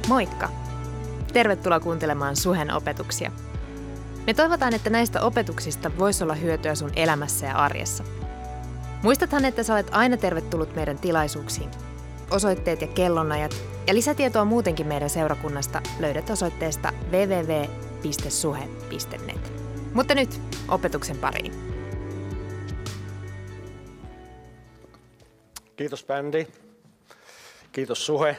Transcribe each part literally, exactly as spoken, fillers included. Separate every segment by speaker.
Speaker 1: Moikka! Tervetuloa kuuntelemaan Suhen opetuksia. Me toivotaan, että näistä opetuksista voisi olla hyötyä sun elämässä ja arjessa. Muistathan, että sä olet aina tervetullut meidän tilaisuuksiin. Osoitteet ja kellonajat ja lisätietoa muutenkin meidän seurakunnasta löydät osoitteesta double-u double-u double-u piste suhe piste net. Mutta nyt opetuksen pariin.
Speaker 2: Kiitos bändi. Kiitos Suhe.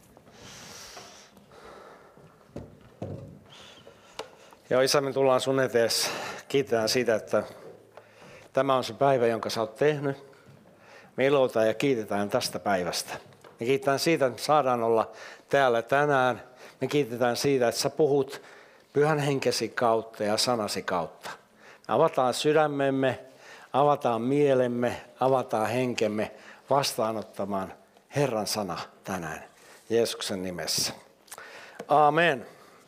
Speaker 2: Ja Isä, me tullaan sun etees. Kiitetään siitä, että tämä on se päivä, jonka sä oot tehnyt. Me iloitaan ja kiitetään tästä päivästä. Me kiitetään siitä, että saadaan olla täällä tänään. Me kiitetään siitä, että sä puhut Pyhän Henkesi kautta ja sanasi kautta. Me avataan sydämemme, avataan mielemme, avataan henkemme vastaanottamaan Herran sana tänään. Jeesuksen nimessä. Aamen.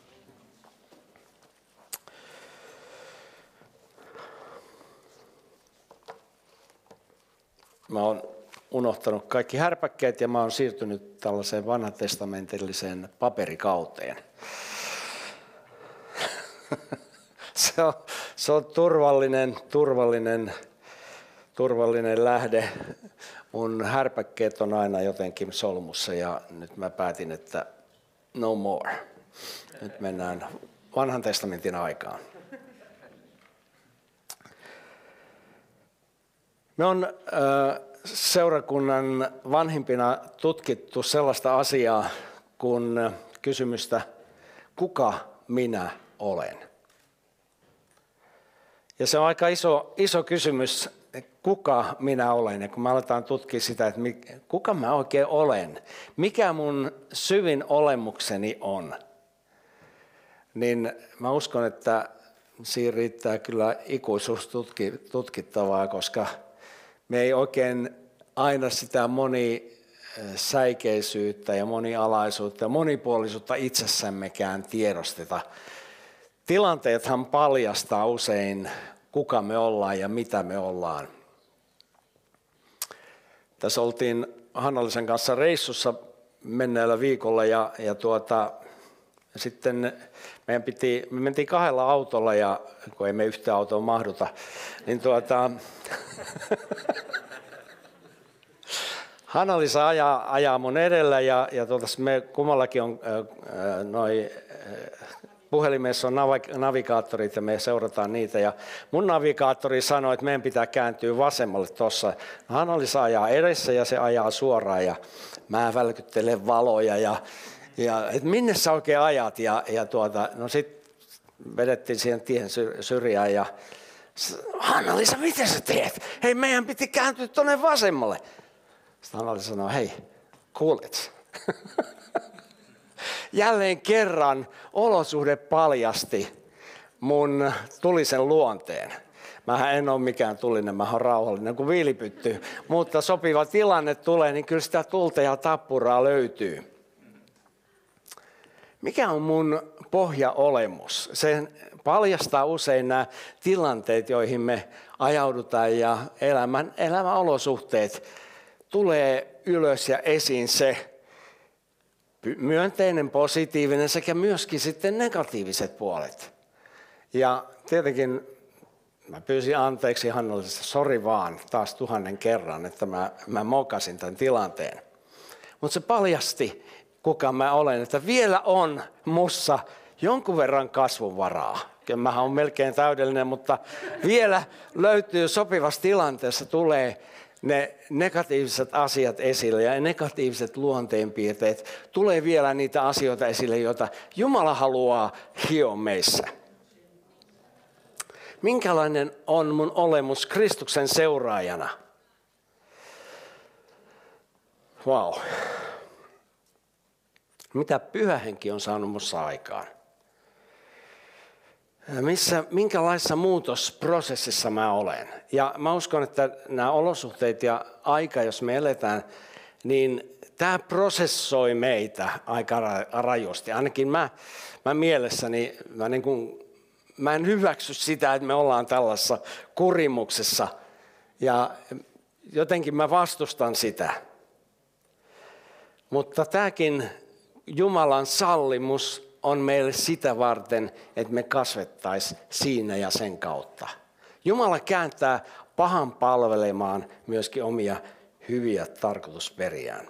Speaker 2: Mä oon unohtanut kaikki härpäkkeet ja mä oon siirtynyt tällaiseen vanhatestamentilliseen paperikauteen. se, on, se on turvallinen, turvallinen, turvallinen lähde. Mun härpäkkeet on aina jotenkin solmussa ja nyt mä päätin, että no more. Nyt mennään vanhan testamentin aikaan. Me on äh, seurakunnan vanhimpina tutkittu sellaista asiaa kuin kysymystä, kuka minä olen? Ja se on aika iso, iso kysymys, kuka minä olen. Ja kun me aletaan tutkia sitä, että kuka mä oikein olen, mikä mun syvin olemukseni on, niin mä uskon, että siinä riittää kyllä ikuisuus tutkittavaa, koska me ei oikein aina sitä monisäikeisyyttä ja monialaisuutta ja monipuolisuutta itsessämmekään tiedosteta. Tilanteethan paljastaa usein, kuka me ollaan ja mitä me ollaan. Tässä oltiin Hannallisen kanssa reissussa menneellä viikolla ja, ja tuota, sitten meidän piti, me mentiin kahdella autolla ja kun ei me yhtä autoa mahduta, niin tuota, Hanna-Liisa ajaa, ajaa mun edellä ja, ja tuota, me kummallakin on äh, noi, äh, puhelimessa on navigaattorit ja me seurataan niitä ja mun navigaattori sanoi, että meidän pitää kääntyä vasemmalle tuossa. No, Hanna-Liisa ajaa edessä ja se ajaa suoraan ja mä välkyttelen valoja ja Ja et minne sä oikein ajat ja, ja tuota, no sit vedettiin siihen tien syrjään ja Hanna-Liisa, mitä sä teet? Hei, meidän piti kääntyä tuonne vasemmalle. Sitten Hanna-Liisa sanoi, hei, kuulet. Jälleen kerran olosuhde paljasti mun tulisen luonteen. Mähän en ole mikään tulinen, mä oon rauhallinen kuin viilipytty, mutta sopiva tilanne tulee, niin kyllä sitä tulta ja tappuraa löytyy. Mikä on mun pohjaolemus? Se paljastaa usein nämä tilanteet, joihin me ajaudutaan ja elämän, elämän olosuhteet tulee ylös ja esiin se myönteinen, positiivinen sekä myöskin sitten negatiiviset puolet. Ja tietenkin mä pyysin anteeksi Hannallisesta, sori vaan taas tuhannen kerran, että mä, mä mokasin tämän tilanteen. Mutta se paljasti, kuka mä olen, että vielä on mussa jonkun verran kasvunvaraa. Kyllä mä oon melkein täydellinen, mutta vielä löytyy sopivassa tilanteessa, tulee ne negatiiviset asiat esille ja negatiiviset luonteenpiirteet. Tulee vielä niitä asioita esille, joita Jumala haluaa hioa meissä. Minkälainen on mun olemus Kristuksen seuraajana? Vau. Wow. Mitä Pyhä Henki on saanut minussa aikaan? Missä, minkälaisessa muutosprosessissa mä olen? Ja mä uskon, että nämä olosuhteet ja aika, jos me eletään, niin tämä prosessoi meitä aika rajusti. Ainakin mä, mä mielessäni, mä, niin kuin, mä en hyväksy sitä, että me ollaan tällaisessa kurimuksessa. Ja jotenkin mä vastustan sitä. Mutta tämäkin Jumalan sallimus on meille sitä varten, että me kasvettaisiin siinä ja sen kautta. Jumala kääntää pahan palvelemaan myöskin omia hyviä tarkoitusperiään.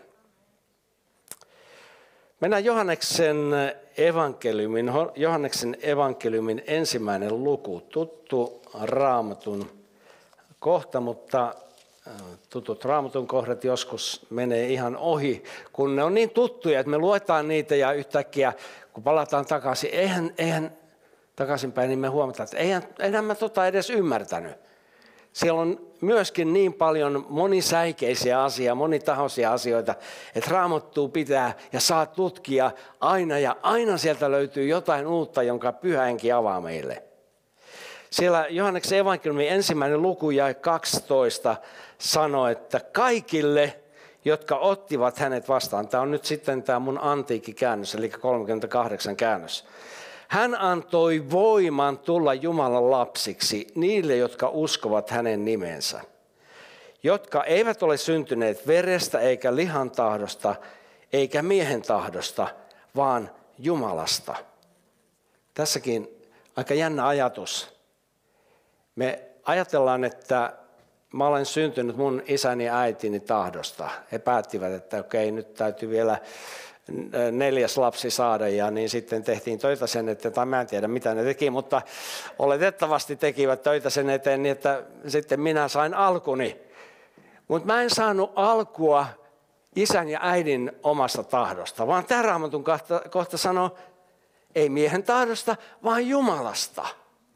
Speaker 2: Mennään Johanneksen evankeliumin, Johanneksen evankeliumin ensimmäinen luku, tuttu Raamatun kohta, mutta tutut Raamatun kohdat joskus menee ihan ohi, kun ne on niin tuttuja, että me luetaan niitä ja yhtäkkiä, kun palataan takaisin, eihän, eihän takaisinpäin, niin me huomataan, että eihän, eihän mä tota edes ymmärtänyt. Siellä on myöskin niin paljon monisäikeisiä asioita, monitahoisia asioita, että Raamattua pitää ja saa tutkia aina ja aina sieltä löytyy jotain uutta, jonka Pyhä Henki avaa meille. Siellä Johanneksen evankeliumin ensimmäinen luku jae kaksitoista sanoo, että kaikille, jotka ottivat hänet vastaan, tämä on nyt sitten tämä mun antiikkikäännös, eli kolmekymmentäkahdeksan käännös. Hän antoi voiman tulla Jumalan lapsiksi niille, jotka uskovat hänen nimensä, jotka eivät ole syntyneet verestä eikä lihan tahdosta eikä miehen tahdosta, vaan Jumalasta. Tässäkin aika jännä ajatus. Me ajatellaan, että mä olen syntynyt mun isäni ja äitini tahdosta. He päättivät, että okei, nyt täytyy vielä neljäs lapsi saada, ja niin sitten tehtiin töitä sen eteen, tai mä en tiedä mitä ne teki, mutta oletettavasti tekivät töitä sen eteen, niin että sitten minä sain alkuni. Mutta mä en saanut alkua isän ja äidin omasta tahdosta, vaan tämä Raamatun kohta, kohta sanoo, ei miehen tahdosta, vaan Jumalasta.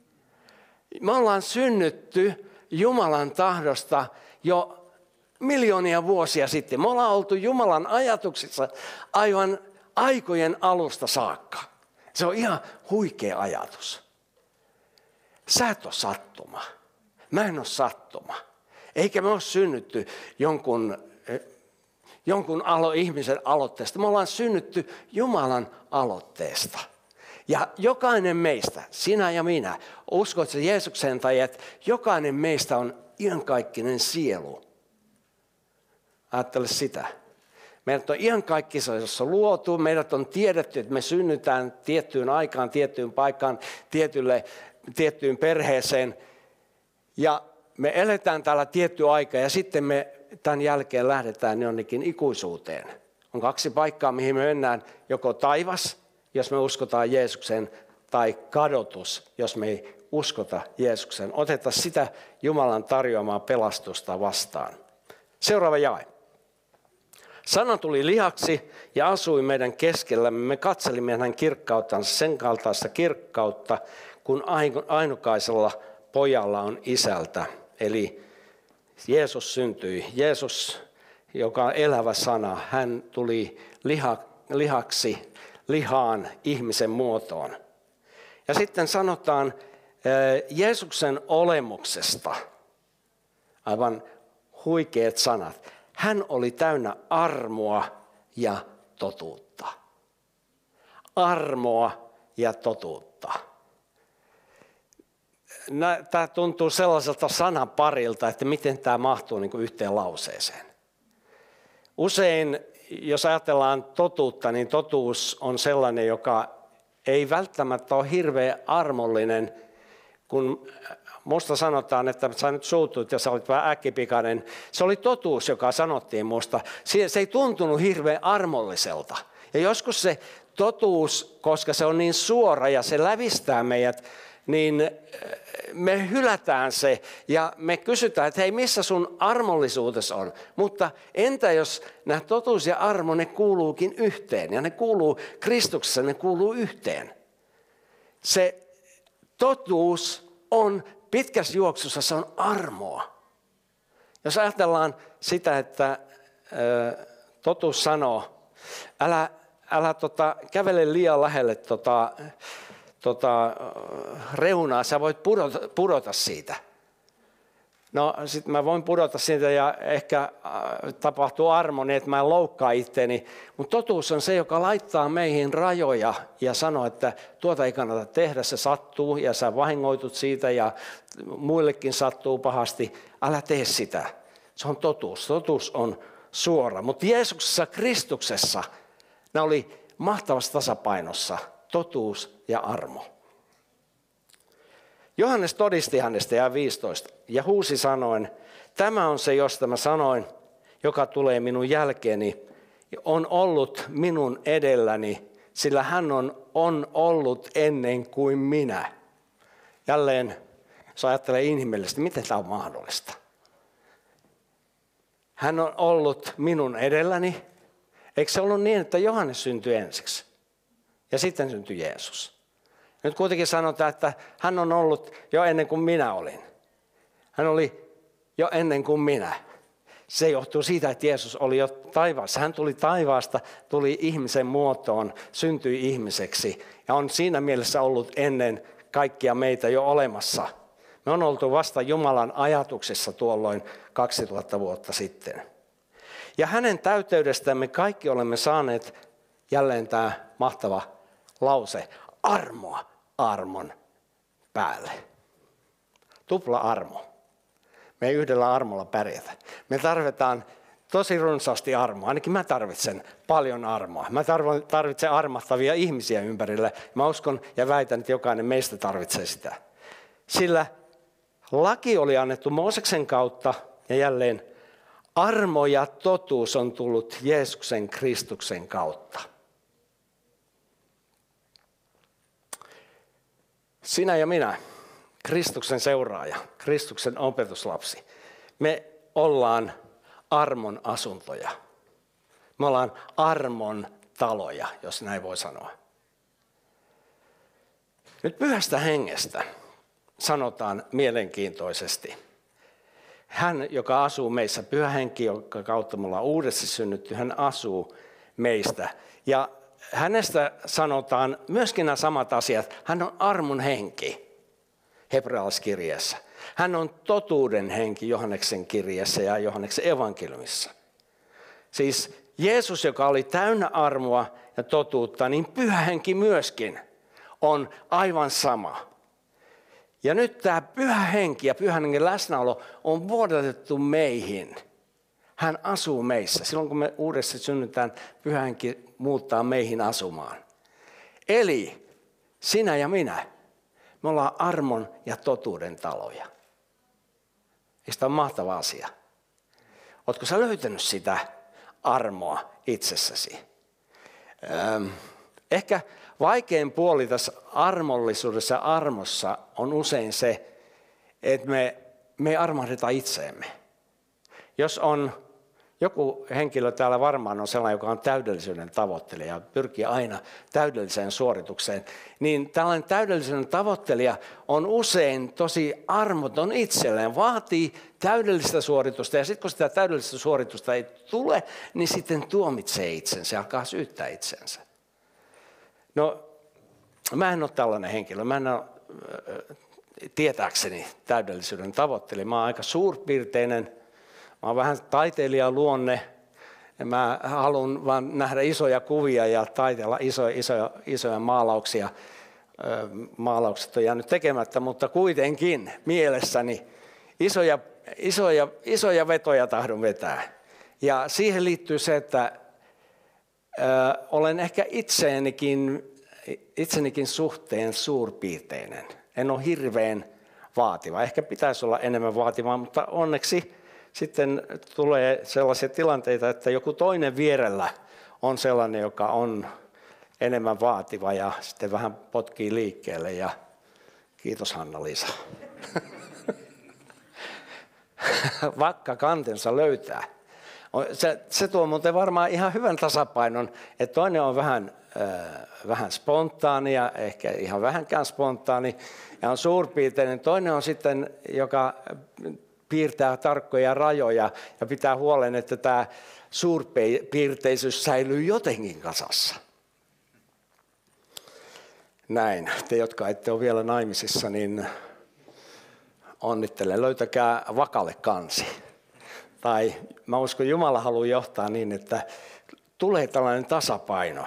Speaker 2: Me ollaan synnytty Jumalan tahdosta jo miljoonia vuosia sitten. Me ollaan oltu Jumalan ajatuksissa aivan aikojen alusta saakka. Se on ihan huikea ajatus. Sä et ole sattuma. Mä en ole sattuma. Eikä me ole synnytty jonkun, jonkun alo, ihmisen aloitteesta. Me ollaan synnytty Jumalan aloitteesta. Ja jokainen meistä, sinä ja minä, uskotko Jeesukseen tai et, jokainen meistä on iankaikkinen sielu. Ajattele sitä. Meidät on iankaikkisessa luotu, meidät on tiedetty, että me synnytään tiettyyn aikaan, tiettyyn paikkaan, tietylle, tiettyyn perheeseen. Ja me eletään täällä tietty aika ja sitten me tämän jälkeen lähdetään jonnekin ikuisuuteen. On kaksi paikkaa, mihin me mennään, joko taivas, jos me uskotaan Jeesukseen, tai kadotus, jos me ei uskota Jeesukseen. Otetaan sitä Jumalan tarjoamaa pelastusta vastaan. Seuraava jae. Sana tuli lihaksi ja asui meidän keskellämme. Me katselimme hänen kirkkauttansa, sen kaltaista kirkkautta, kun ainukaisella pojalla on isältä. Eli Jeesus syntyi. Jeesus, joka on elävä sana, hän tuli liha, lihaksi, lihaan, ihmisen muotoon. Ja sitten sanotaan Jeesuksen olemuksesta, aivan huikeat sanat. Hän oli täynnä armoa ja totuutta. Armoa ja totuutta. Tämä tuntuu sellaiselta sanaparilta, että miten tämä mahtuu niin kuin yhteen lauseeseen. Usein, jos ajatellaan totuutta, niin totuus on sellainen, joka ei välttämättä ole hirveän armollinen, kun musta sanotaan, että sä nyt suutut ja sä olit vähän äkkipikainen. Se oli totuus, joka sanottiin musta. Se ei tuntunut hirveän armolliselta. Ja joskus se totuus, koska se on niin suora ja se lävistää meidät, niin me hylätään se ja me kysytään, että hei, missä sun armollisuutesi on? Mutta entä jos nämä totuus ja armo, ne kuuluukin yhteen ja ne kuuluu Kristuksessa, ne kuuluu yhteen. Se totuus on pitkässä juoksussa, se on armoa. Jos ajatellaan sitä, että ö, totuus sanoo, älä, älä tota, kävele liian lähelle tota, tota, reunaa, sä voit pudota, pudota siitä. No sitten mä voin pudota siitä ja ehkä äh, tapahtuu armo niin, että mä en loukkaa itteeni. Mutta totuus on se, joka laittaa meihin rajoja ja sanoo, että tuota ei kannata tehdä, se sattuu ja sä vahingoitut siitä ja muillekin sattuu pahasti. Älä tee sitä. Se on totuus. Totuus on suora. Mutta Jeesuksessa, Kristuksessa, nämä oli mahtavassa tasapainossa, totuus ja armo. Johannes todisti hänestä ja viisitoista ja huusi sanoen, tämä on se, josta mä sanoin, joka tulee minun jälkeeni, on ollut minun edelläni, sillä hän on, on ollut ennen kuin minä. Jälleen, jos ajattelee inhimillisesti, miten tämä on mahdollista? Hän on ollut minun edelläni. Eikö se ollut niin, että Johannes syntyi ensiksi ja sitten syntyi Jeesus? Nyt kuitenkin sanotaan, että hän on ollut jo ennen kuin minä olin. Hän oli jo ennen kuin minä. Se johtuu siitä, että Jeesus oli jo taivaassa. Hän tuli taivaasta, tuli ihmisen muotoon, syntyi ihmiseksi ja on siinä mielessä ollut ennen kaikkia meitä jo olemassa. Me on oltu vasta Jumalan ajatuksessa tuolloin kaksituhatta vuotta sitten. Ja hänen täyteydestämme me kaikki olemme saaneet jälleen tämä mahtava lause, armoa armon päälle. Tupla armo. Me ei yhdellä armolla pärjätä. Me tarvitaan tosi runsaasti armoa. Ainakin mä tarvitsen paljon armoa. Mä tarvitsen armahtavia ihmisiä ympärillä. Mä uskon ja väitän, että jokainen meistä tarvitsee sitä. Sillä laki oli annettu Mooseksen kautta ja jälleen armo ja totuus on tullut Jeesuksen Kristuksen kautta. Sinä ja minä, Kristuksen seuraaja, Kristuksen opetuslapsi, me ollaan armon asuntoja. Me ollaan armon taloja, jos näin voi sanoa. Nyt Pyhästä Hengestä sanotaan mielenkiintoisesti. Hän, joka asuu meissä, Pyhä Henki, jonka kautta me ollaan uudesti synnytty, hän asuu meistä. Ja hänestä sanotaan myöskin nämä samat asiat. Hän on armon henki hebrealaiskirjeessä. Hän on totuuden henki Johanneksen kirjeessä ja Johanneksen evankeliumissa. Siis Jeesus, joka oli täynnä armoa ja totuutta, niin Pyhä Henki myöskin on aivan sama. Ja nyt tämä Pyhä Henki ja Pyhän Hengen läsnäolo on vuodatettu meihin. Hän asuu meissä. Silloin kun me uudessa synnytään, Pyhä Henki muuttaa meihin asumaan. Eli sinä ja minä, me ollaan armon ja totuuden taloja. Ja sitä on mahtava asia. Ootko sä löytänyt sitä armoa itsessäsi? Öm, ehkä vaikein puoli tässä armollisuudessa ja armossa on usein se, että me, me ei armahdeta itseemme. Jos on joku henkilö täällä varmaan on sellainen, joka on täydellisyyden tavoittelija ja pyrkii aina täydelliseen suoritukseen, niin tällainen täydellisyyden tavoittelija on usein tosi armoton itselleen, vaatii täydellistä suoritusta ja sitten kun sitä täydellistä suoritusta ei tule, niin sitten tuomitsee itsensä ja alkaa syyttää itsensä. No, mä en ole tällainen henkilö, mä en ole tietääkseni täydellisyyden tavoittelija, mä oon aika suurpiirteinen. Mä oon vähän taiteilijaluonne ja mä haluan vaan nähdä isoja kuvia ja taiteella isoja, isoja, isoja maalauksia. Maalaukset on jäänyt tekemättä, mutta kuitenkin mielessäni isoja, isoja, isoja vetoja tahdon vetää. Ja siihen liittyy se, että ö, olen ehkä itsenikin, itsenikin suhteen suurpiirteinen. En ole hirveän vaativa. Ehkä pitäisi olla enemmän vaativa, mutta onneksi sitten tulee sellaisia tilanteita, että joku toinen vierellä on sellainen, joka on enemmän vaativa ja sitten vähän potkii liikkeelle. Ja kiitos Hanna-Liisa. Vakka kantensa löytää. Se, se tuo muuten varmaan ihan hyvän tasapainon, että toinen on vähän, äh, vähän spontaania, ehkä ihan vähänkään spontaani ja on suurpiirteinen. Toinen on sitten, joka piirtää tarkkoja rajoja ja pitää huolen, että tämä suurpiirteisyys säilyy jotenkin kasassa. Näin. Te, jotka ette ole vielä naimisissa, niin onnittelen. Löytäkää Vakalle kansi. Tai mä uskon, Jumala haluaa johtaa niin, että tulee tällainen tasapaino.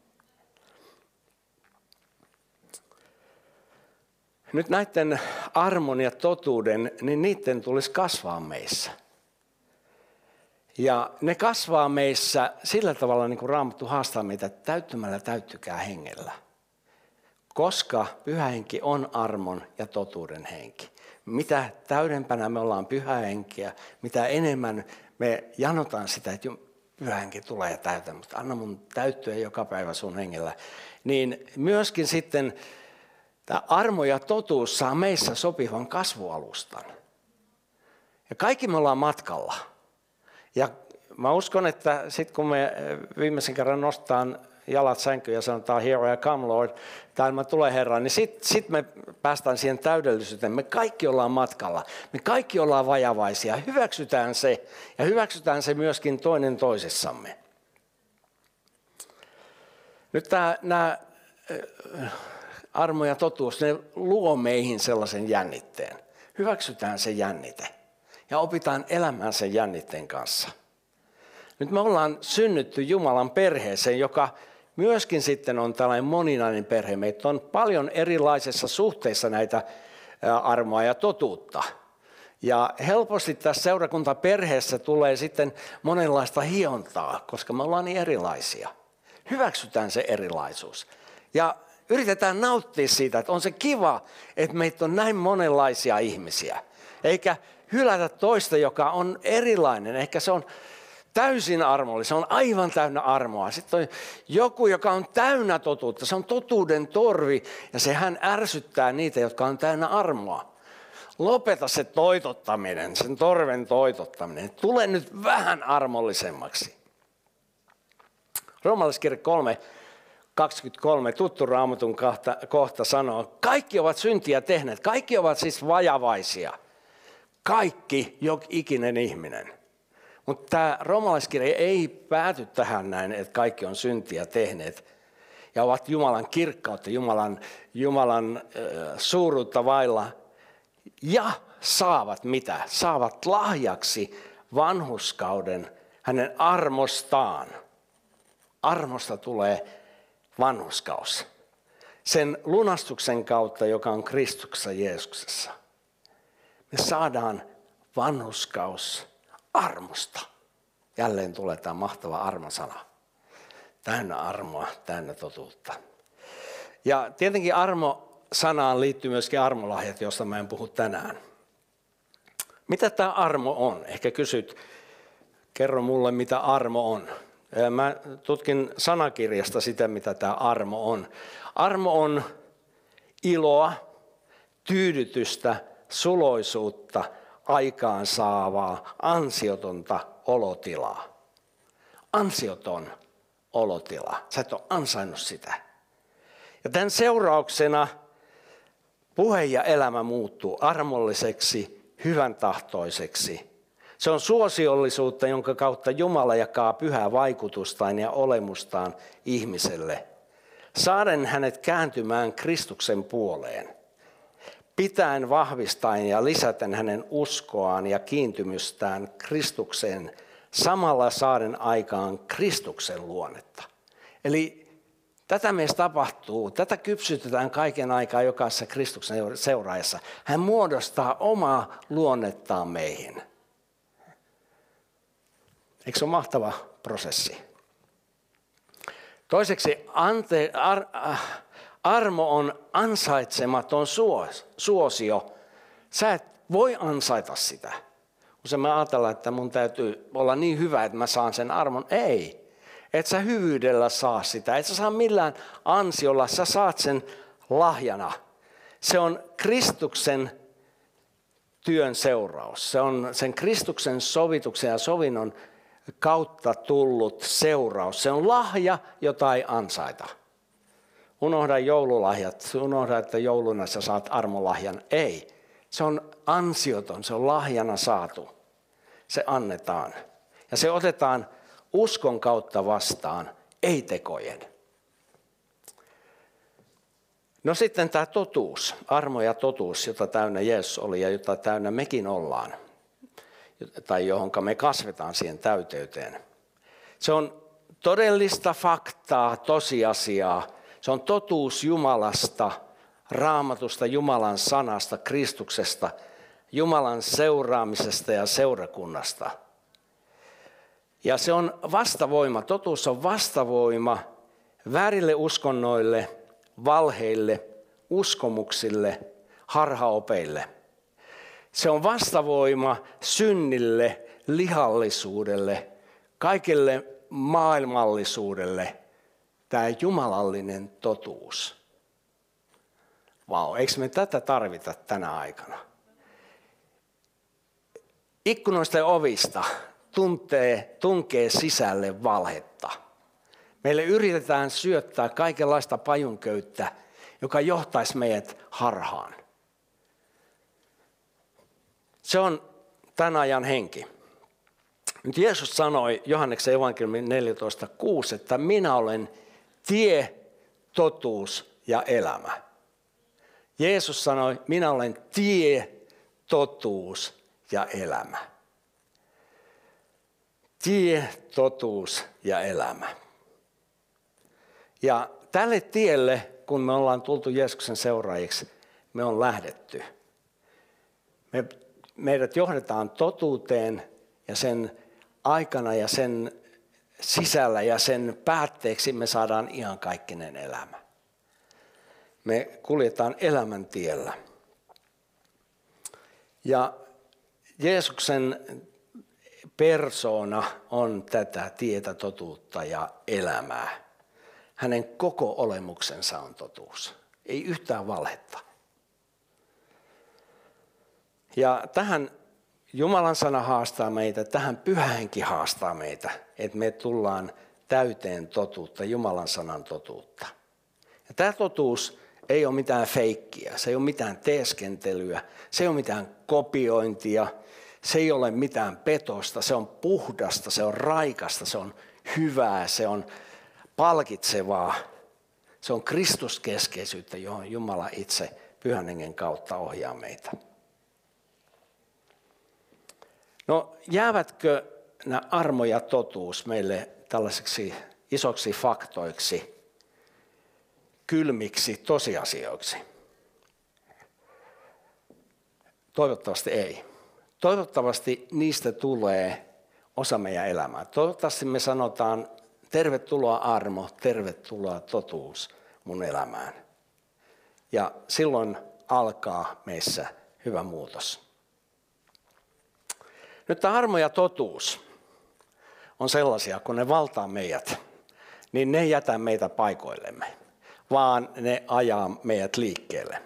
Speaker 2: Nyt näiden armon ja totuuden, niin niiden tulisi kasvaa meissä. Ja ne kasvaa meissä sillä tavalla, niin kuin Raamattu haastaa meitä, että täyttymällä täyttykää hengellä. Koska pyhä henki on armon ja totuuden henki. Mitä täydempänä me ollaan pyhä henkiä, mitä enemmän me janotaan sitä, että pyhä henki tulee ja täytä, mutta anna mun täyttyä joka päivä sun hengellä. Niin myöskin sitten tämä armo ja totuus saa meissä sopivan kasvualustan. Ja kaikki me ollaan matkalla. Ja mä uskon, että sitten kun me viimeisen kerran nostetaan jalat sänkyyn ja sanotaan here I come Lord, täällä tulee Herra, niin sitten sit me päästään siihen täydellisyyteen. Me kaikki ollaan matkalla, me kaikki ollaan vajavaisia, hyväksytään se ja hyväksytään se myöskin toinen toisessamme. Nyt tämä, nämä armo ja totuus, ne luo meihin sellaisen jännitteen. Hyväksytään se jännite ja opitaan elämään sen jännitteen kanssa. Nyt me ollaan synnytty Jumalan perheeseen, joka myöskin sitten on tällainen moninainen perhe. Meitä on paljon erilaisissa suhteissa näitä armoa ja totuutta. Ja helposti tässä seurakuntaperheessä tulee sitten monenlaista hiontaa, koska me ollaan niin erilaisia. Hyväksytään se erilaisuus. Ja yritetään nauttia siitä, että on se kiva, että meitä on näin monenlaisia ihmisiä. Eikä hylätä toista, joka on erilainen. Ehkä se on täysin armollinen, se on aivan täynnä armoa. Sitten on joku, joka on täynnä totuutta, se on totuuden torvi ja se hän ärsyttää niitä, jotka on täynnä armoa. Lopeta se toitottaminen, sen torven toitottaminen. Tule nyt vähän armollisemmaksi. Roomalaiskirja kolme kaksikymmentäkolme, tuttu Raamatun kohta, kohta sanoo, kaikki ovat syntiä tehneet, kaikki ovat siis vajavaisia. Kaikki, jok ikinen ihminen. Mutta tämä roomalaiskirja ei pääty tähän näin, että kaikki on syntiä tehneet ja ovat Jumalan kirkkautta, Jumalan, Jumalan äh, suuruutta vailla ja saavat mitä? Saavat lahjaksi vanhurskauden hänen armostaan. Armosta tulee vanhurskaus. Sen lunastuksen kautta, joka on Kristuksessa Jeesuksessa. Me saadaan vanhurskaus armosta. Jälleen tulee tämä mahtava armosana. Täynnä armoa, täynnä totuutta. Ja tietenkin armo-sanaan liittyy myöskin armolahjat, joista mä en puhu tänään. Mitä tämä armo on? Ehkä kysyt, kerro mulle mitä armo on. Mä tutkin sanakirjasta sitä, mitä tämä armo on. Armo on iloa, tyydytystä, suloisuutta, aikaansaavaa, ansiotonta olotilaa. Ansioton olotila. Sä et ole ansainnut sitä. Ja tämän seurauksena puhe ja elämä muuttuu armolliseksi, hyvän tahtoiseksi. Se on suosiollisuutta, jonka kautta Jumala jakaa pyhää vaikutustaan ja olemustaan ihmiselle. Saaden hänet kääntymään Kristuksen puoleen. Pitäen, vahvistaen ja lisäten hänen uskoaan ja kiintymystään Kristukseen, samalla saaden aikaan Kristuksen luonnetta. Eli tätä meissä tapahtuu, tätä kypsytetään kaiken aikaa jokaisessa Kristuksen seuraajassa. Hän muodostaa omaa luonnettaan meihin. Eikö se ole mahtava prosessi? Toiseksi ante, ar, armo on ansaitsematon suosio. Sä et voi ansaita sitä. Usein me ajatellaan, että mun täytyy olla niin hyvä, että mä saan sen armon. Ei. Et sä hyvyydellä saa sitä. Et sä saa millään ansiolla. Sä saat sen lahjana. Se on Kristuksen työn seuraus. Se on sen Kristuksen sovituksen ja sovinnon kautta tullut seuraus. Se on lahja, jota ei ansaita. Unohda joululahjat. Unohda, että jouluna sä saat armolahjan. Ei. Se on ansioton. Se on lahjana saatu. Se annetaan. Ja se otetaan uskon kautta vastaan, ei tekojen. No sitten tämä totuus, armo ja totuus, jota täynnä Jeesus oli ja jota täynnä mekin ollaan. Tai johonka me kasvetaan siihen täyteyteen. Se on todellista faktaa, tosiasiaa. Se on totuus Jumalasta, Raamatusta, Jumalan sanasta, Kristuksesta, Jumalan seuraamisesta ja seurakunnasta. Ja se on vastavoima, totuus on vastavoima väärille uskonnoille, valheille, uskomuksille, harhaopeille. Se on vastavoima synnille, lihallisuudelle, kaikelle maailmallisuudelle, tämä jumalallinen totuus. Vau, eikö me tätä tarvita tänä aikana? Ikkunoista ja ovista tuntee, tunkee sisälle valhetta. Meille yritetään syöttää kaikenlaista pajunköyttä, joka johtaisi meidät harhaan. Se on tämän ajan henki. Nyt Jeesus sanoi Johanneksen evankeliumin neljätoista kuusi, että minä olen tie, totuus ja elämä. Jeesus sanoi, minä olen tie, totuus ja elämä. Tie, totuus ja elämä. Ja tälle tielle, kun me ollaan tultu Jeesuksen seuraajiksi, me on lähdetty. Me, meidät johdetaan totuuteen ja sen aikana ja sen sisällä ja sen päätteeksi me saadaan iankaikkinen elämä. Me kuljetaan elämän tiellä. Ja Jeesuksen persoona on tätä tietä, totuutta ja elämää. Hänen koko olemuksensa on totuus. Ei yhtään valhetta. Ja tähän Jumalan sana haastaa meitä, tähän Pyhä Henki haastaa meitä, että me tullaan täyteen totuutta, Jumalan sanan totuutta. Ja tämä totuus ei ole mitään feikkiä, se ei ole mitään teeskentelyä, se ei ole mitään kopiointia, se ei ole mitään petosta, se on puhdasta, se on raikasta, se on hyvää, se on palkitsevaa. Se on Kristuskeskeisyyttä, johon Jumala itse Pyhän Hengen kautta ohjaa meitä. No jäävätkö nämä armo ja totuus meille tällaiseksi isoksi faktoiksi, kylmiksi tosiasioiksi? Toivottavasti ei. Toivottavasti niistä tulee osa meidän elämää. Toivottavasti me sanotaan, tervetuloa armo, tervetuloa totuus mun elämään. Ja silloin alkaa meissä hyvä muutos. Nyt tämä armo ja totuus on sellaisia, kun ne valtaa meidät, niin ne ei jätä meitä paikoillemme, vaan ne ajaa meidät liikkeelle.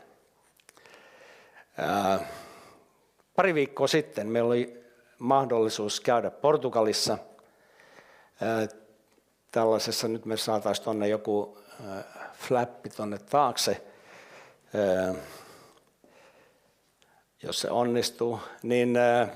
Speaker 2: Ää, pari viikkoa sitten meillä oli mahdollisuus käydä Portugalissa. Ää, tällaisessa, nyt me saataisiin tuonne joku ää, flappi tuonne taakse, ää, jos se onnistuu, niin ää,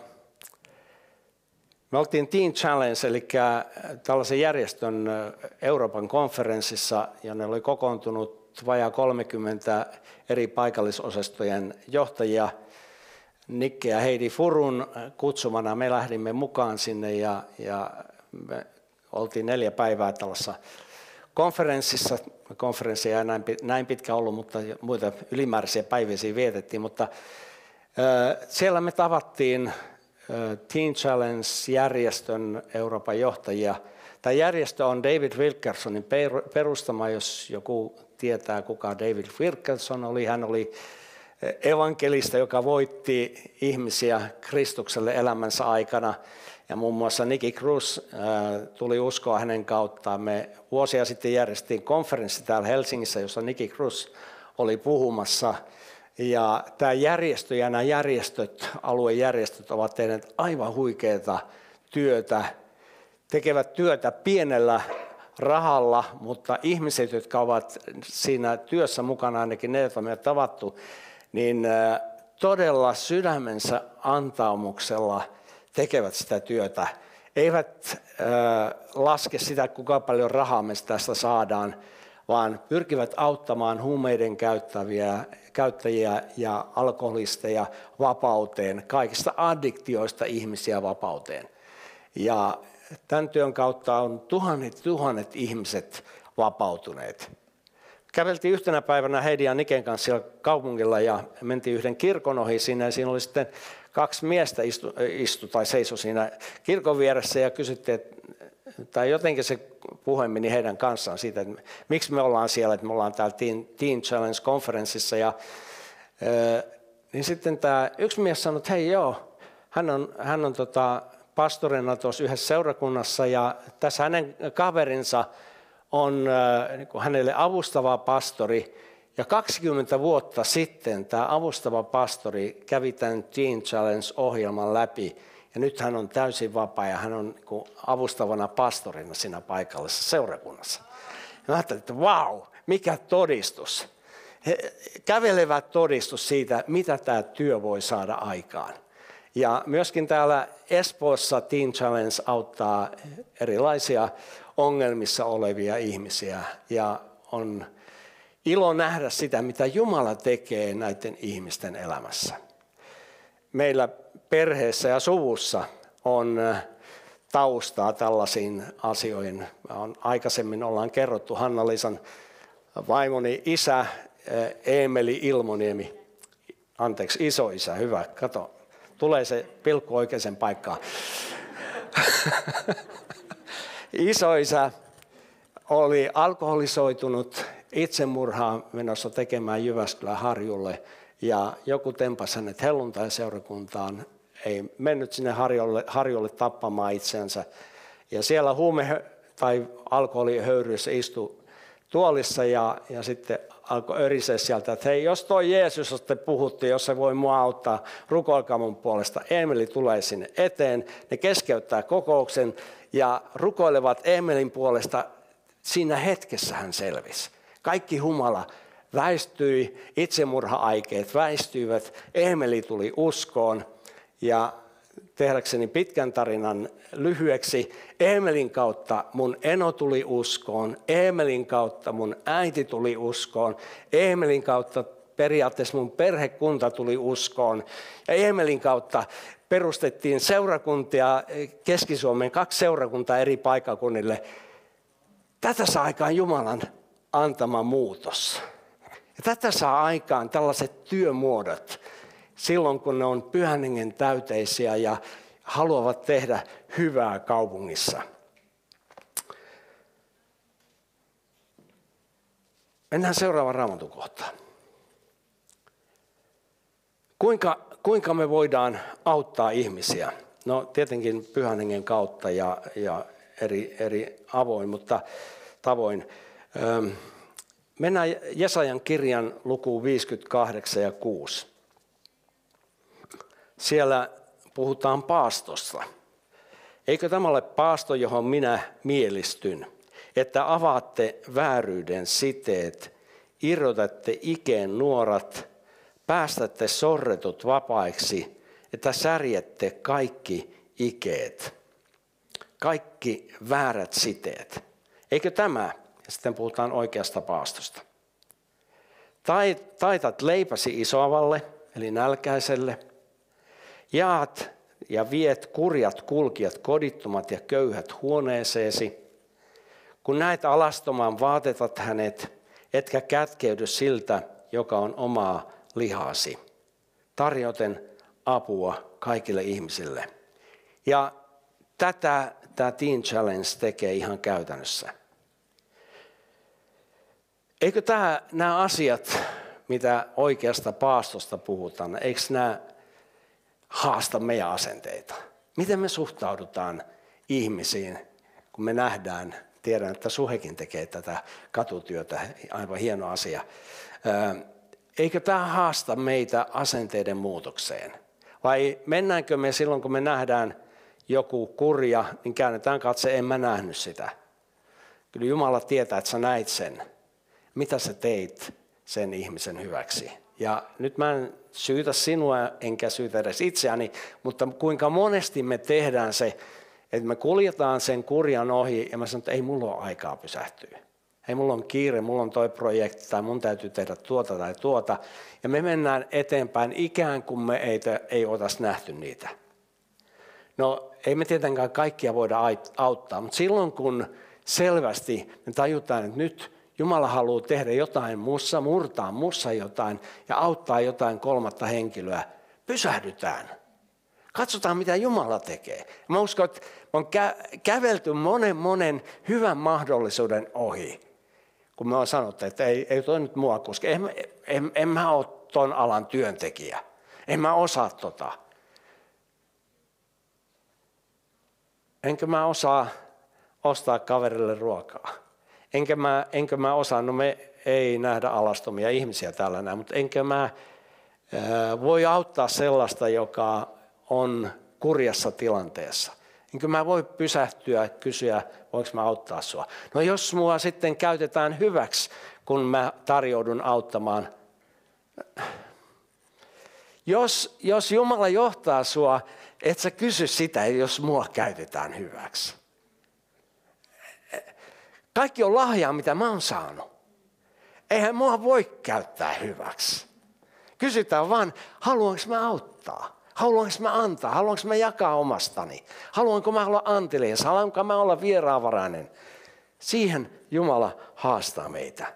Speaker 2: me oltiin Teen Challenge, eli tällaisen järjestön Euroopan konferenssissa, jonne oli kokoontunut vajaa kolmekymmentä eri paikallisosastojen johtajia. Nikke ja Heidi Furun kutsumana me lähdimme mukaan sinne ja, ja me oltiin neljä päivää tällaisessa konferenssissa. Konferenssi ei näin, näin pitkä ollut, mutta muita ylimääräisiä päiviä siinä vietettiin, mutta äh, siellä me tavattiin Teen Challenge-järjestön Euroopan johtajia. Tämä järjestö on David Wilkersonin perustama, jos joku tietää, kuka David Wilkerson oli. Hän oli evankelista, joka voitti ihmisiä Kristukselle elämänsä aikana. Ja muun muassa Nicky Cruz tuli uskoa hänen kauttaan. Me vuosia sitten järjestettiin konferenssi täällä Helsingissä, jossa Nicky Cruz oli puhumassa. Ja tämä järjestö ja nämä järjestöt, aluejärjestöt ovat tehneet aivan huikeaa työtä, tekevät työtä pienellä rahalla, mutta ihmiset, jotka ovat siinä työssä mukana, ainakin ne, joita me on tavattu, niin todella sydämensä antaumuksella tekevät sitä työtä. Eivät laske sitä, kuinka paljon rahaa me tästä saadaan, vaan pyrkivät auttamaan huumeiden käyttäviä, käyttäjiä ja alkoholisteja vapauteen, kaikista addiktioista ihmisiä vapauteen. Ja tämän työn kautta on tuhannet tuhannet ihmiset vapautuneet. Käveltiin yhtenä päivänä Heidi ja Niken kanssa siellä kaupungilla ja mentiin yhden kirkon ohi sinne. Ja siinä oli sitten kaksi miestä istu, istu tai seisoi siinä kirkon vieressä ja kysyttiin, että, tai jotenkin se puhe meni heidän kanssaan siitä, että miksi me ollaan siellä, että me ollaan täällä Teen, Teen Challenge-konferenssissa. Ja, ää, niin sitten tämä yksi mies sanoi, että hei joo, hän on, hän on tota, pastorina tuossa yhdessä seurakunnassa ja tässä hänen kaverinsa on äh, niin kuin hänelle avustava pastori. Ja kaksikymmentä vuotta sitten tämä avustava pastori kävi tämän Teen Challenge-ohjelman läpi. Ja nyt hän on täysin vapaa ja hän on niin kuin avustavana pastorina siinä paikallisessa seurakunnassa. Ja mä ajattelin, että vau, wow, mikä todistus. He kävelevät todistus siitä, mitä tämä työ voi saada aikaan. Ja myöskin täällä Espoossa Teen Challenge auttaa erilaisia ongelmissa olevia ihmisiä. Ja on ilo nähdä sitä, mitä Jumala tekee näiden ihmisten elämässä. Meillä perheessä ja suvussa on taustaa tällaisiin asioihin. On, aikaisemmin ollaan kerrottu Hanna-Liisan vaimoni isä Eemeli Ilmoniemi. Anteeksi, isoisä, hyvä, kato. Tulee se pilkku oikeaan paikkaan. Isoisä oli alkoholisoitunut itsemurhaa menossa tekemään Jyväskylän Harjulle. Ja joku tempasi hänet helluntai-seurakuntaan. Ei mennyt sinne Harjulle, Harjulle tappamaan itseänsä. Ja siellä huume- tai alkoholihöyryssä istui tuolissa ja, ja sitten alkoi örisee sieltä, että hei, jos toi Jeesus, josta puhuttiin, jos se voi mua auttaa, rukoilkaa mun puolesta. Eemeli tulee sinne eteen, ne keskeyttää kokouksen ja rukoilevat Eemelin puolesta. Siinä hetkessä hän selvisi. Kaikki humala väistyi, itsemurha-aikeet väistyivät, Eemeli tuli uskoon ja tehdäkseni pitkän tarinan lyhyeksi, Eemelin kautta mun eno tuli uskoon, Eemelin kautta mun äiti tuli uskoon, Eemelin kautta periaatteessa mun perhekunta tuli uskoon ja Eemelin kautta perustettiin seurakuntia Keski-Suomeen, kaksi seurakuntaa eri paikkakunnille. Tätä saa aikaan Jumalan antama muutos. Ja tätä saa aikaan tällaiset työmuodot silloin, kun ne on Pyhän Hengen täyteisiä ja haluavat tehdä hyvää kaupungissa. Mennään seuraavaan Raamatun kohtaan. Kuinka, kuinka me voidaan auttaa ihmisiä? No tietenkin Pyhän Hengen kautta ja, ja eri, eri avoin, mutta tavoin. Mennään Jesajan kirjan lukuun viisikymmentäkahdeksan ja kuusi. Siellä puhutaan paastosta. Eikö tämä ole paasto, johon minä mielistyn, että avaatte vääryyden siteet, irrotatte ikeen nuorat, päästätte sorretut vapaiksi, että särjette kaikki ikeet, kaikki väärät siteet. Eikö tämä, ja sitten puhutaan oikeasta paastosta. Taitat leipäsi isoavalle, eli nälkäiselle, jaat ja viet kurjat kulkijat, kodittomat ja köyhät huoneeseesi. Kun näet alastoman, vaatetat hänet, etkä kätkeydy siltä, joka on omaa lihaasi. Tarjoten apua kaikille ihmisille. Ja tätä tämä Teen Challenge tekee ihan käytännössä. Eikö tämä, nämä asiat, mitä oikeasta paastosta puhutaan, eikö nämä haasta meidän asenteita? Miten me suhtaudutaan ihmisiin, kun me nähdään, tiedän, että Suhekin tekee tätä katutyötä, aivan hieno asia. Eikö tämä haasta meitä asenteiden muutokseen? Vai mennäänkö me silloin, kun me nähdään joku kurja, niin käännetään katse, en mä nähnyt sitä. Kyllä Jumala tietää, että sä näit sen. Mitä sä teit sen ihmisen hyväksi? Ja nyt mä en syytä sinua, enkä syytä edes itseäni, mutta kuinka monesti me tehdään se, että me kuljetaan sen kurjan ohi ja mä sanon, että ei mulla ole aikaa pysähtyä. Ei mulla on kiire, mulla on toi projekti tai mun täytyy tehdä tuota tai tuota. Ja me mennään eteenpäin ikään kuin me ei, te, ei otas nähty niitä. No ei me tietenkään kaikkia voida auttaa, mutta silloin kun selvästi me tajutaan, että nyt Jumala haluaa tehdä jotain mussa, murtaa mussa jotain ja auttaa jotain kolmatta henkilöä. Pysähdytään. Katsotaan, mitä Jumala tekee. Mä uskon, että on kä- kävelty monen monen hyvän mahdollisuuden ohi. Kun me on sanottu, että ei, ei toi nyt mua koske. En, en, en mä ole ton alan työntekijä. En mä osaa tota. Enkä mä osaa ostaa kaverille ruokaa. Enkä mä, enkä mä osaa, no me ei nähdä alastomia ihmisiä täällä näin, mutta enkä mä ää, voi auttaa sellaista, joka on kurjassa tilanteessa. Enkä mä voi pysähtyä ja kysyä, voinko mä auttaa sua. No jos mua sitten käytetään hyväksi, kun mä tarjoudun auttamaan. Jos, jos Jumala johtaa sua, et sä kysy sitä, jos mua käytetään hyväksi. Kaikki on lahjaa, mitä mä oon saanut. Eihän mua voi käyttää hyväksi. Kysytään vaan, haluanko mä auttaa? Haluanko mä antaa? Haluanko mä jakaa omastani? Haluanko mä olla antelias? Haluanko mä olla vieraanvarainen? Siihen Jumala haastaa meitä.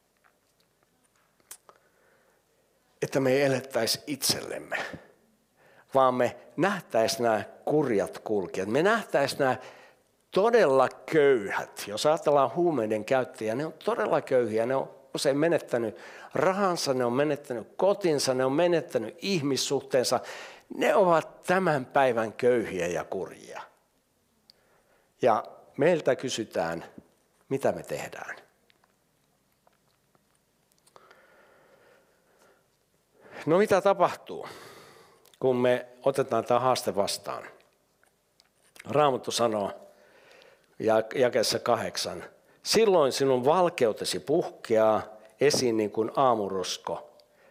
Speaker 2: Että me ei elettäisi itsellemme, vaan me nähtäisi nämä kurjat kulkijat. Me nähtäisi nämä todella köyhät. Jos ajatellaan huumeiden käyttäjiä, ne on todella köyhiä. Ne on usein menettänyt rahansa, ne on menettänyt kotinsa, ne on menettänyt ihmissuhteensa. Ne ovat tämän päivän köyhiä ja kurjia. Ja meiltä kysytään, mitä me tehdään. No mitä tapahtuu, kun me otetaan tämä haaste vastaan? Raamattu sanoo jakeessa kahdeksan. Silloin sinun valkeutesi puhkeaa esiin niin kuin aamurusko.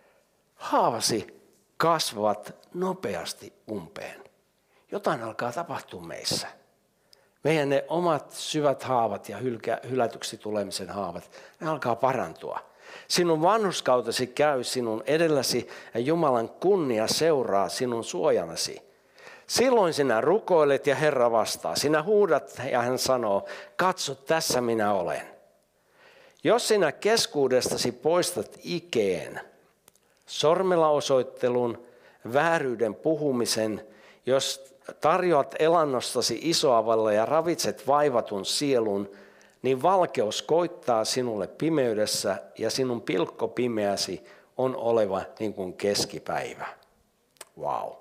Speaker 2: Haavasi kasvavat nopeasti umpeen. Jotain alkaa tapahtua meissä. Meidän ne omat syvät haavat ja hylkä, hylätyksi tulemisen haavat, ne alkaa parantua. Sinun vanhurskautesi käy sinun edelläsi ja Jumalan kunnia seuraa sinun suojanasi. Silloin sinä rukoilet ja Herra vastaa. Sinä huudat ja hän sanoo, katso tässä minä olen. Jos sinä keskuudestasi poistat ikeen, sormella osoittelun, vääryyden puhumisen, jos tarjoat elannostasi isoavalle ja ravitset vaivatun sielun, niin valkeus koittaa sinulle pimeydessä ja sinun pilkko pimeäsi on oleva niin kuin keskipäivä. Wow.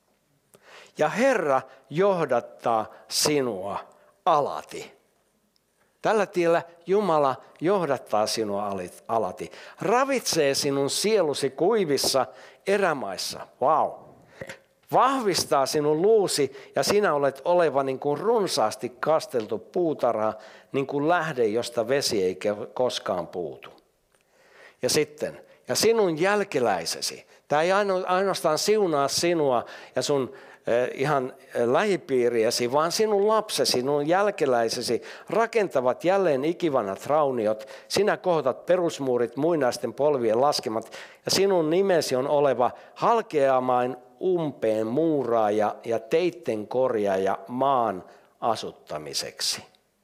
Speaker 2: Ja Herra johdattaa sinua alati. Tällä tiellä Jumala johdattaa sinua alati. Ravitsee sinun sielusi kuivissa erämaissa. Wow. Vahvistaa sinun luusi ja sinä olet oleva niin kuin runsaasti kasteltu puutarha, niin kuin lähde, josta vesi ei koskaan puutu. Ja sitten, ja sinun jälkeläisesi. Tämä ei ainoastaan siunaa sinua ja sun ihan lähipiiriäsi, vaan sinun lapsesi, sinun jälkeläisesi rakentavat jälleen ikivanhat rauniot. Sinä kohdat perusmuurit muinaisten polvien laskemat ja sinun nimesi on oleva halkeamaan umpeen muuraaja ja teitten korjaaja maan asuttamiseksi.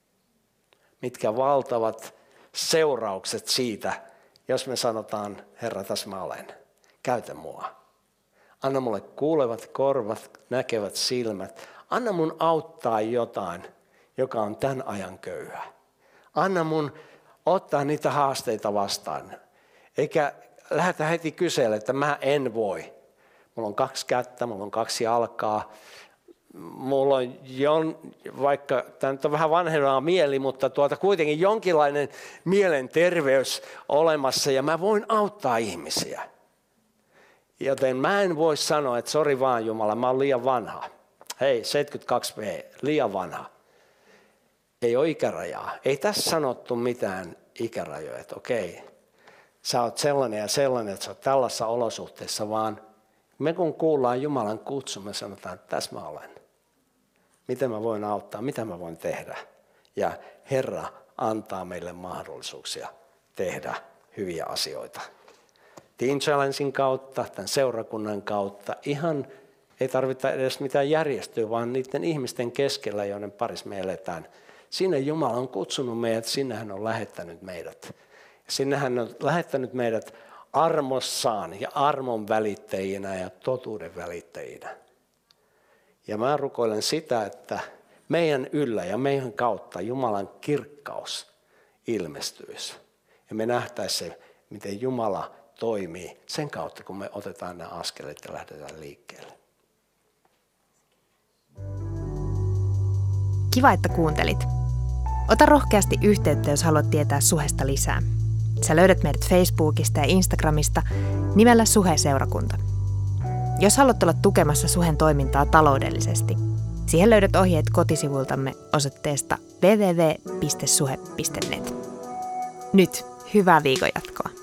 Speaker 2: Mitkä valtavat seuraukset siitä, jos me sanotaan, Herra, tässä mä olen, käytä mua. Anna mulle kuulevat korvat, näkevät silmät. Anna mun auttaa jotain, joka on tämän ajan köyhä. Anna mun ottaa niitä haasteita vastaan. Eikä lähdetä heti kysellä, että mä en voi. Mulla on kaksi kättä, mulla on kaksi jalkaa. Mulla on, jon, vaikka tämä nyt on vähän vanhenevaa mieli, mutta tuota kuitenkin jonkinlainen mielenterveys olemassa ja mä voin auttaa ihmisiä. Joten mä en voi sanoa, että sori vaan Jumala, mä oon liian vanha. Hei, seitsemänkymmentäkaksi vuotias, liian vanha. Ei ole ikärajaa. Ei tässä sanottu mitään ikärajoja, että okei, sä oot sellainen ja sellainen, että sä oot tällaisessa olosuhteessa, vaan me kun kuullaan Jumalan kutsu, me sanotaan, että tässä mä olen. Miten mä voin auttaa, mitä mä voin tehdä. Ja Herra antaa meille mahdollisuuksia tehdä hyviä asioita. Teen Challengein kautta, tämän seurakunnan kautta, ihan ei tarvita edes mitään järjestöä, vaan niiden ihmisten keskellä, joiden parissa me eletään. Sinne Jumala on kutsunut meidät, sinne hän on lähettänyt meidät. Sinne hän on lähettänyt meidät armossaan ja armon välittäjinä ja totuuden välittäjinä. Ja mä rukoilen sitä, että meidän yllä ja meidän kautta Jumalan kirkkaus ilmestyisi. Ja me nähtäisiin se, miten Jumala toimii sen kautta, kun me otetaan nämä askeleet ja lähdetään liikkeelle.
Speaker 1: Kiva, että kuuntelit. Ota rohkeasti yhteyttä, jos haluat tietää Suhesta lisää. Sä löydät meidät Facebookista ja Instagramista nimellä Suhe-seurakunta. Jos haluat olla tukemassa Suhen toimintaa taloudellisesti, siihen löydät ohjeet kotisivultamme osoitteesta double-u double-u double-u piste suhe piste net. Nyt hyvää viikon jatkoa.